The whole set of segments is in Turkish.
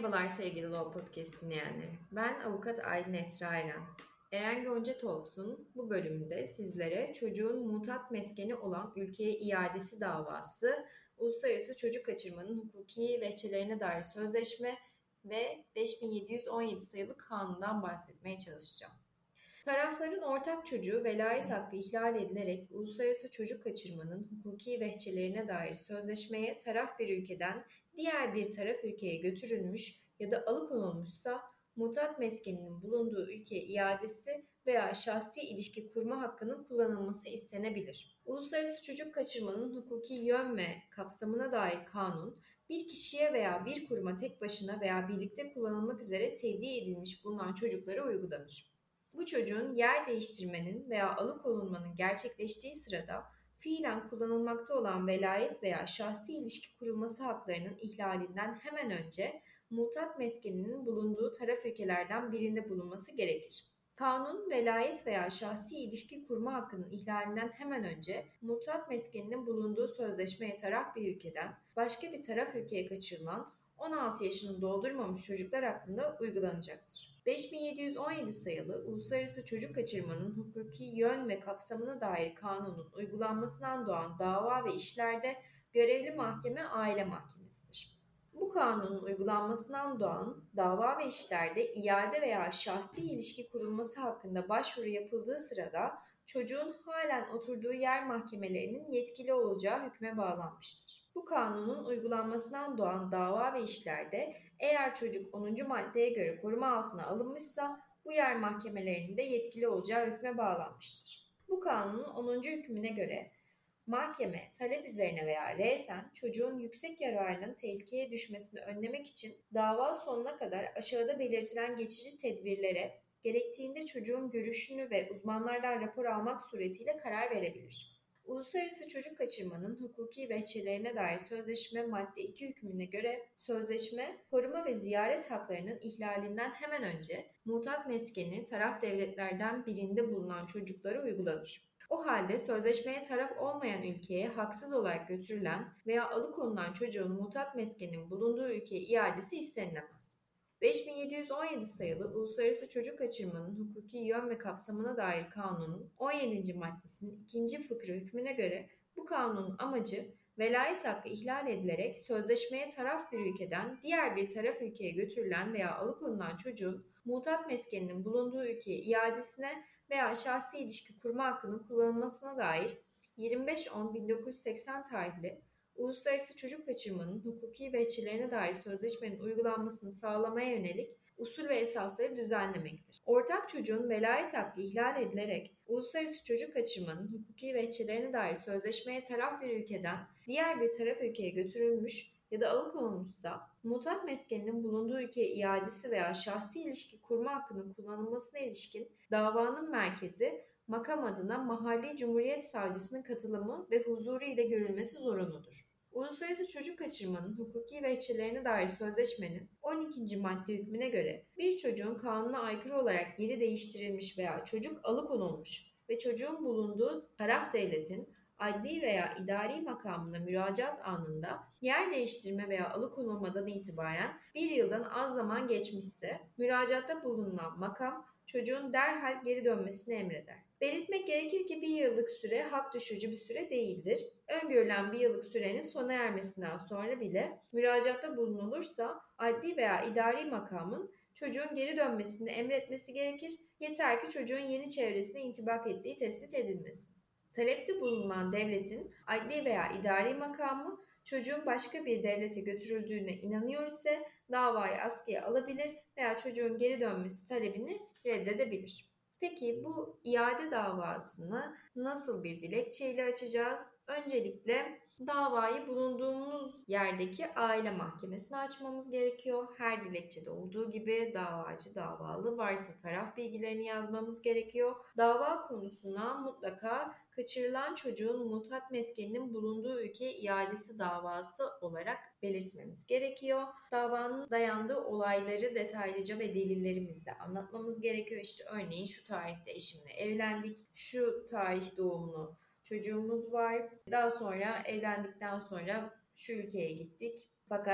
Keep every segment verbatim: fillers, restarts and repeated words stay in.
Merhabalar sevgili Law Podcast dinleyenleri. Ben avukat Aylin Esra Eren. Eren Gonca Talks'un bu bölümünde sizlere çocuğun mutat meskeni olan ülkeye iadesi davası, uluslararası çocuk kaçırmanın hukuki vehçelerine dair sözleşme ve beş bin yedi yüz on yedi sayılı kanundan bahsetmeye çalışacağım. Tarafların ortak çocuğu velayet hakkı ihlal edilerek uluslararası çocuk kaçırmanın hukuki vehçelerine dair sözleşmeye taraf bir ülkeden diğer bir taraf ülkeye götürülmüş ya da alıkonulmuşsa mutat meskeninin bulunduğu ülkeye iadesi veya şahsi ilişki kurma hakkının kullanılması istenebilir. Uluslararası çocuk kaçırmanın hukuki yön ve kapsamına dair kanun, bir kişiye veya bir kuruma tek başına veya birlikte kullanılmak üzere tevdi edilmiş bulunan çocuklara uygulanır. Bu çocuğun yer değiştirmenin veya alıkonulmanın gerçekleştiği sırada fiilen kullanılmakta olan velayet veya şahsi ilişki kurulması haklarının ihlalinden hemen önce mutat meskeninin bulunduğu taraf ülkelerden birinde bulunması gerekir. Kanun, velayet veya şahsi ilişki kurma hakkının ihlalinden hemen önce mutat meskeninin bulunduğu sözleşmeye taraf bir ülkeden başka bir taraf ülkeye kaçırılan on altı yaşını doldurmamış çocuklar hakkında uygulanacaktır. beş bin yedi yüz on yedi sayılı Uluslararası Çocuk Kaçırmanın hukuki yön ve kapsamına dair kanunun uygulanmasından doğan dava ve işlerde görevli mahkeme aile mahkemesidir. Bu kanunun uygulanmasından doğan dava ve işlerde iade veya şahsi ilişki kurulması hakkında başvuru yapıldığı sırada çocuğun halen oturduğu yer mahkemelerinin yetkili olacağı hükme bağlanmıştır. Bu kanunun uygulanmasından doğan dava ve işlerde eğer çocuk onuncu maddeye göre koruma altına alınmışsa bu yer mahkemelerinin de yetkili olacağı hükme bağlanmıştır. Bu kanunun onuncu hükmüne göre mahkeme talep üzerine veya resen çocuğun yüksek yararının tehlikeye düşmesini önlemek için dava sonuna kadar aşağıda belirtilen geçici tedbirlere gerektiğinde çocuğun görüşünü ve uzmanlardan rapor almak suretiyle karar verebilir. Uluslararası çocuk kaçırmanın hukuki vehçelerine dair sözleşme madde iki hükmüne göre sözleşme, koruma ve ziyaret haklarının ihlalinden hemen önce mutat meskeni taraf devletlerden birinde bulunan çocuklara uygulanır. O halde sözleşmeye taraf olmayan ülkeye haksız olarak götürülen veya alıkonulan çocuğun mutat meskeninin bulunduğu ülkeye iadesi istenilemez. beş bin yedi yüz on yedi sayılı Uluslararası Çocuk Kaçırmanın hukuki yön ve kapsamına dair kanunun on yedinci maddesinin ikinci fıkrı hükmüne göre bu kanunun amacı velayet hakkı ihlal edilerek sözleşmeye taraf bir ülkeden diğer bir taraf ülkeye götürülen veya alıkonulan çocuğun mutat meskeninin bulunduğu ülkeye iadesine veya şahsi ilişki kurma hakkının kullanılmasına dair yirmi beş on bin dokuz yüz seksen tarihli Uluslararası Çocuk Kaçırmanın hukuki vehçelerine dair sözleşmenin uygulanmasını sağlamaya yönelik usul ve esasları düzenlemektir. Ortak çocuğun velayet hakkı ihlal edilerek Uluslararası Çocuk Kaçırmanın hukuki vehçelerine dair sözleşmeye taraf bir ülkeden diğer bir taraf ülkeye götürülmüş ya da alıkonulmuşsa, mutat meskeninin bulunduğu ülkeye iadesi veya şahsi ilişki kurma hakkının kullanılmasına ilişkin davanın merkezi, makam adına mahalli cumhuriyet savcısının katılımı ve huzuru ile görülmesi zorunludur. Uluslararası çocuk kaçırmanın hukuki vehçelerine dair sözleşmenin on ikinci madde hükmüne göre bir çocuğun kanuna aykırı olarak yeri değiştirilmiş veya çocuk alıkonulmuş ve çocuğun bulunduğu taraf devletin adli veya idari makamına müracaat anında yer değiştirme veya alıkonulmadan itibaren bir yıldan az zaman geçmişse müracaatta bulunan makam çocuğun derhal geri dönmesini emreder. Belirtmek gerekir ki bir yıllık süre hak düşürücü bir süre değildir. Öngörülen bir yıllık sürenin sona ermesinden sonra bile müracaatta bulunulursa adli veya idari makamın çocuğun geri dönmesini emretmesi gerekir. Yeter ki çocuğun yeni çevresine intibak ettiği tespit edilmesin. Talepte bulunan devletin adli veya idari makamı çocuğun başka bir devlete götürüldüğüne inanıyor ise davayı askıya alabilir veya çocuğun geri dönmesi talebini reddedebilir. Peki bu iade davasını nasıl bir dilekçeyle açacağız? Öncelikle davayı bulunduğumuz yerdeki aile mahkemesine açmamız gerekiyor. Her dilekçede olduğu gibi davacı, davalı varsa taraf bilgilerini yazmamız gerekiyor. Dava konusuna mutlaka kaçırılan çocuğun mutat meskeninin bulunduğu ülkeye iadesi davası olarak belirtmemiz gerekiyor. Davanın dayandığı olayları detaylıca ve delillerimizle anlatmamız gerekiyor. İşte örneğin şu tarihte eşimle evlendik, şu tarih doğumlu çocuğumuz var. Daha sonra evlendikten sonra şu ülkeye gittik. Fakat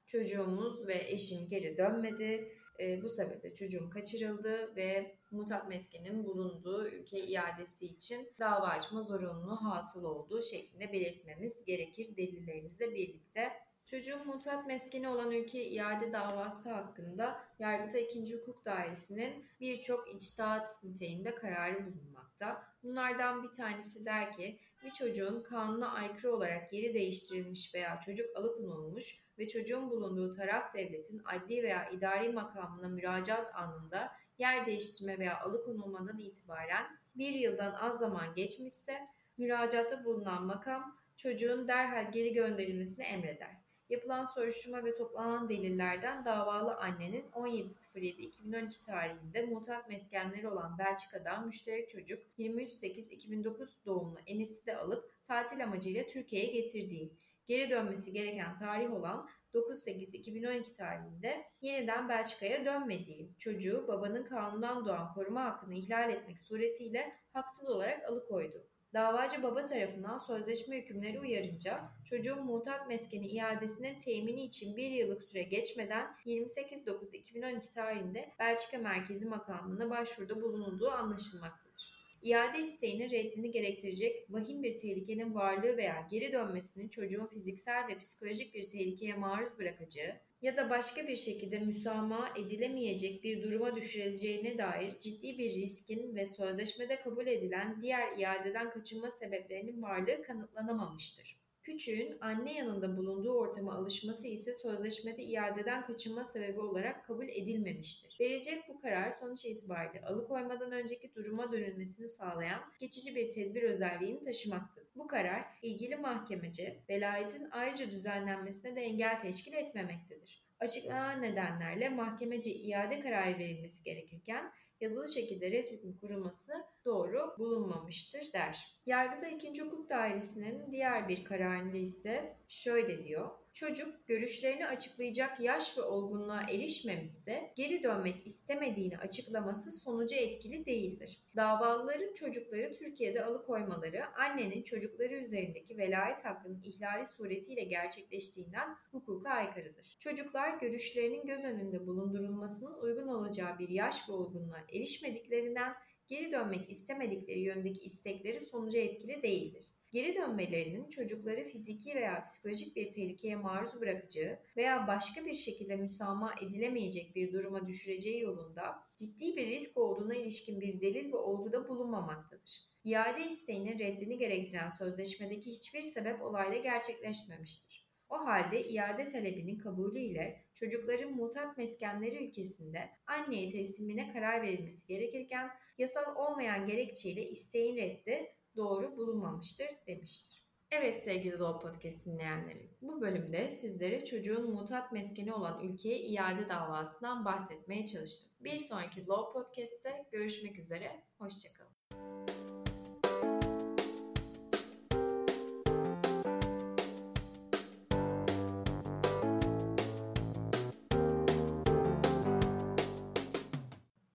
Çocuğumuz ve eşim geri dönmedi. E, bu sebeple çocuğum kaçırıldı ve mutat meskenin bulunduğu ülke iadesi için dava açma zorunluluğu hasıl olduğu şeklinde belirtmemiz gerekir delillerimizle birlikte. Çocuğun mutat meskeni olan ülke iade davası hakkında Yargıtay ikinci. Hukuk Dairesi'nin birçok içtihat niteliğinde kararı bulunmakta. Bunlardan bir tanesi der ki, bir çocuğun kanuna aykırı olarak yeri değiştirilmiş veya çocuk alıkonulmuş ve çocuğun bulunduğu taraf devletin adli veya idari makamına müracaat anında yer değiştirme veya alıkonulmadan itibaren bir yıldan az zaman geçmişse müracaatta bulunan makam çocuğun derhal geri gönderilmesini emreder. Yapılan soruşturma ve toplanan delillerden davalı annenin on yedi Eylül iki bin on iki tarihinde mutat meskenleri olan Belçika'dan müşterek çocuk yirmi üç Ekim iki bin dokuz doğumlu Enis'i de alıp tatil amacıyla Türkiye'ye getirdiği, geri dönmesi gereken tarih olan dokuz Ekim iki bin on iki tarihinde yeniden Belçika'ya dönmediği, çocuğu babanın kanundan doğan koruma hakkını ihlal etmek suretiyle haksız olarak alıkoydu. Davacı baba tarafından sözleşme hükümleri uyarınca çocuğun mutat meskeni iadesinin temini için bir yıllık süre geçmeden yirmi sekiz Ekim iki bin on iki tarihinde Belçika Merkezi Makamına başvuruda bulunulduğu anlaşılmaktadır. İade isteğinin reddini gerektirecek vahim bir tehlikenin varlığı veya geri dönmesinin çocuğun fiziksel ve psikolojik bir tehlikeye maruz bırakacağı ya da başka bir şekilde müsamaha edilemeyecek bir duruma düşürüleceğine dair ciddi bir riskin ve sözleşmede kabul edilen diğer iadeden kaçınma sebeplerinin varlığı kanıtlanamamıştır. Küçüğün anne yanında bulunduğu ortama alışması ise sözleşmede iadeden kaçınma sebebi olarak kabul edilmemiştir. Verilecek bu karar sonuç itibariyle alıkoymadan önceki duruma dönülmesini sağlayan geçici bir tedbir özelliğini taşımaktadır. Bu karar ilgili mahkemece velayetin ayrıca düzenlenmesine de engel teşkil etmemektedir. Açıklanan nedenlerle mahkemece iade kararı verilmesi gerekirken yazılı şekilde ret hükmü kurulması doğru bulunmamıştır der. Yargıtay ikinci. Hukuk Dairesi'nin diğer bir kararında ise şöyle diyor. Çocuk görüşlerini açıklayacak yaş ve olgunluğa erişmemişse geri dönmek istemediğini açıklaması sonucu etkili değildir. Davalıların çocukları Türkiye'de alıkoymaları annenin çocukları üzerindeki velayet hakkının ihlali suretiyle gerçekleştiğinden hukuka aykırıdır. Çocuklar görüşlerinin göz önünde bulundurulmasının uygun olacağı bir yaş ve olgunluğa erişmediklerinden geri dönmek istemedikleri yöndeki istekleri sonucu etkili değildir. Geri dönmelerinin çocukları fiziki veya psikolojik bir tehlikeye maruz bırakacağı veya başka bir şekilde müsamaha edilemeyecek bir duruma düşüreceği yolunda ciddi bir risk olduğuna ilişkin bir delil ve olguda bulunmamaktadır. İade isteğinin reddini gerektiren sözleşmedeki hiçbir sebep olayda gerçekleşmemiştir. O halde iade talebinin kabulü ile çocukların mutat meskenleri ülkesinde anneye teslimine karar verilmesi gerekirken yasal olmayan gerekçeyle isteğin reddi doğru bulunmamıştır demiştir. Evet sevgili Law Podcast dinleyenleri, bu bölümde sizlere çocuğun mutat meskeni olan ülkeye iade davasından bahsetmeye çalıştım. Bir sonraki Law Podcast'te görüşmek üzere, hoşçakalın.